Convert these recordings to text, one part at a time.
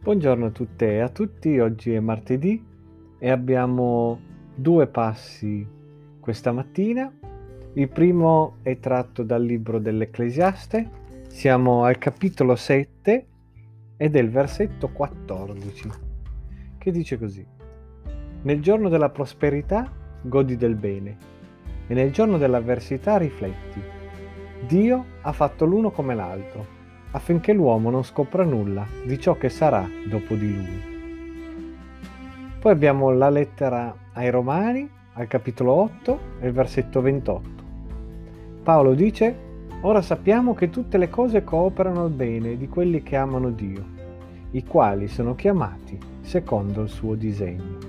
Buongiorno a tutte e a tutti, oggi è martedì e abbiamo 2 passi questa mattina. Il primo è tratto dal libro dell'Ecclesiaste, siamo al capitolo 7 e del versetto 14, che dice così: Nel giorno della prosperità godi del bene e nel giorno dell'avversità rifletti. Dio ha fatto l'uno come l'altro, affinché l'uomo non scopra nulla di ciò che sarà dopo di lui. Poi abbiamo la lettera ai Romani, al capitolo 8, e il versetto 28. Paolo dice: Ora sappiamo che tutte le cose cooperano al bene di quelli che amano Dio, i quali sono chiamati secondo il suo disegno.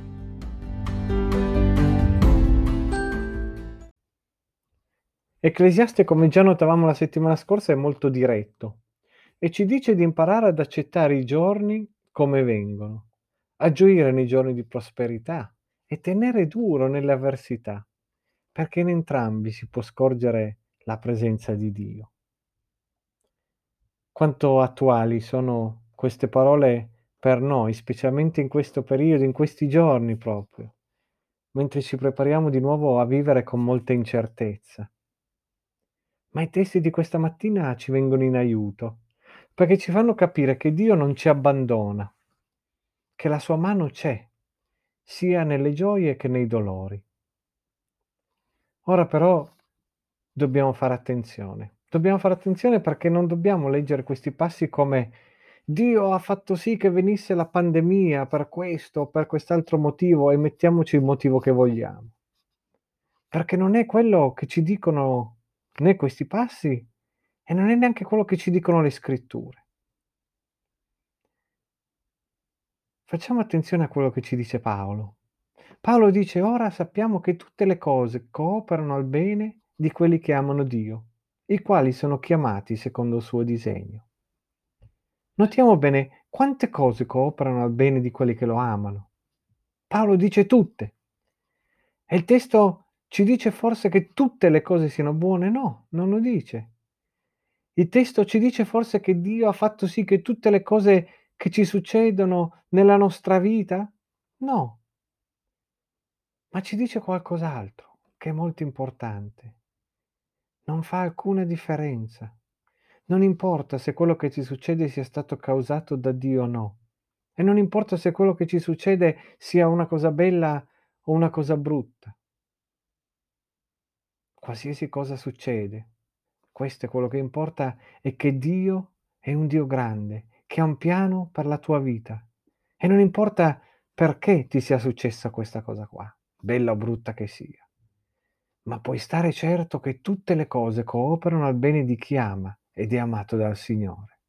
Ecclesiaste, come già notavamo la settimana scorsa, è molto diretto e ci dice di imparare ad accettare i giorni come vengono, a gioire nei giorni di prosperità e tenere duro nelle avversità, perché in entrambi si può scorgere la presenza di Dio. Quanto attuali sono queste parole per noi, specialmente in questo periodo, in questi giorni proprio, mentre ci prepariamo di nuovo a vivere con molta incertezza. Ma i testi di questa mattina ci vengono in aiuto, perché ci fanno capire che Dio non ci abbandona, che la sua mano c'è, sia nelle gioie che nei dolori. Ora però dobbiamo fare attenzione. Dobbiamo fare attenzione perché non dobbiamo leggere questi passi come Dio ha fatto sì che venisse la pandemia per questo o per quest'altro motivo e mettiamoci il motivo che vogliamo. Perché non è quello che ci dicono né questi passi e non è neanche quello che ci dicono le scritture. Facciamo attenzione a quello che ci dice Paolo. Paolo dice: Ora sappiamo che tutte le cose cooperano al bene di quelli che amano Dio, i quali sono chiamati secondo il suo disegno. Notiamo bene quante cose cooperano al bene di quelli che lo amano. Paolo dice tutte. E il testo ci dice forse che tutte le cose siano buone? No, non lo dice. Il testo ci dice forse che Dio ha fatto sì che tutte le cose che ci succedono nella nostra vita? No, ma ci dice qualcos'altro che è molto importante. Non fa alcuna differenza. Non importa se quello che ci succede sia stato causato da Dio o no. E non importa se quello che ci succede sia una cosa bella o una cosa brutta. Qualsiasi cosa succede, questo è quello che importa, è che Dio è un Dio grande, che ha un piano per la tua vita. E non importa perché ti sia successa questa cosa qua, bella o brutta che sia. Ma puoi stare certo che tutte le cose cooperano al bene di chi ama ed è amato dal Signore.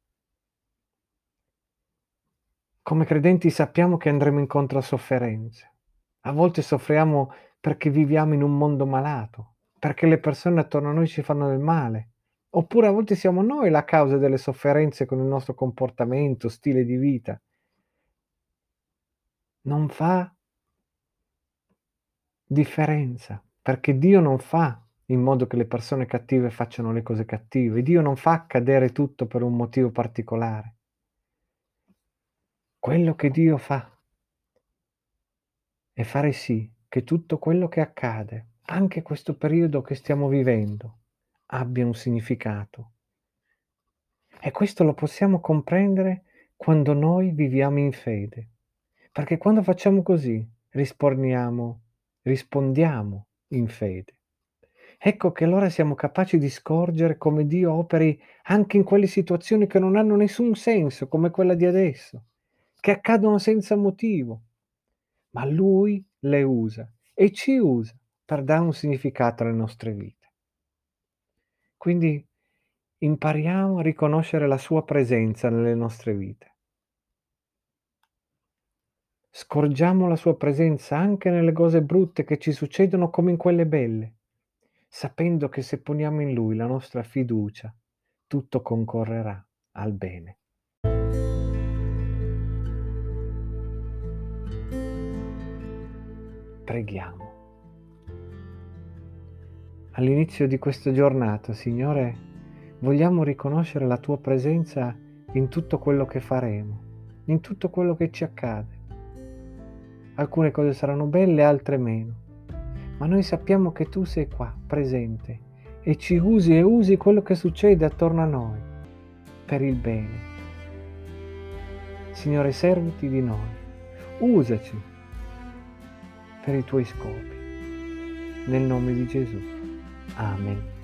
Come credenti sappiamo che andremo incontro a sofferenze. A volte soffriamo perché viviamo in un mondo malato, perché le persone attorno a noi ci fanno del male, oppure a volte siamo noi la causa delle sofferenze con il nostro comportamento, stile di vita. Non fa differenza, perché Dio non fa in modo che le persone cattive facciano le cose cattive. Dio non fa accadere tutto per un motivo particolare. Quello che Dio fa è fare sì che tutto quello che accade, anche questo periodo che stiamo vivendo, abbia un significato. E questo lo possiamo comprendere quando noi viviamo in fede, perché quando facciamo così rispondiamo in fede. Ecco che allora siamo capaci di scorgere come Dio operi anche in quelle situazioni che non hanno nessun senso, come quella di adesso, che accadono senza motivo, ma Lui le usa e ci usa per dare un significato alle nostre vite. Quindi impariamo a riconoscere la Sua presenza nelle nostre vite. Scorgiamo la Sua presenza anche nelle cose brutte che ci succedono come in quelle belle, sapendo che se poniamo in Lui la nostra fiducia, tutto concorrerà al bene. Preghiamo. All'inizio di questa giornata, Signore, vogliamo riconoscere la Tua presenza in tutto quello che faremo, in tutto quello che ci accade. Alcune cose saranno belle, altre meno, ma noi sappiamo che tu sei qua, presente, e ci usi e usi quello che succede attorno a noi per il bene. Signore, serviti di noi, usaci per i tuoi scopi. Nel nome di Gesù. Amen.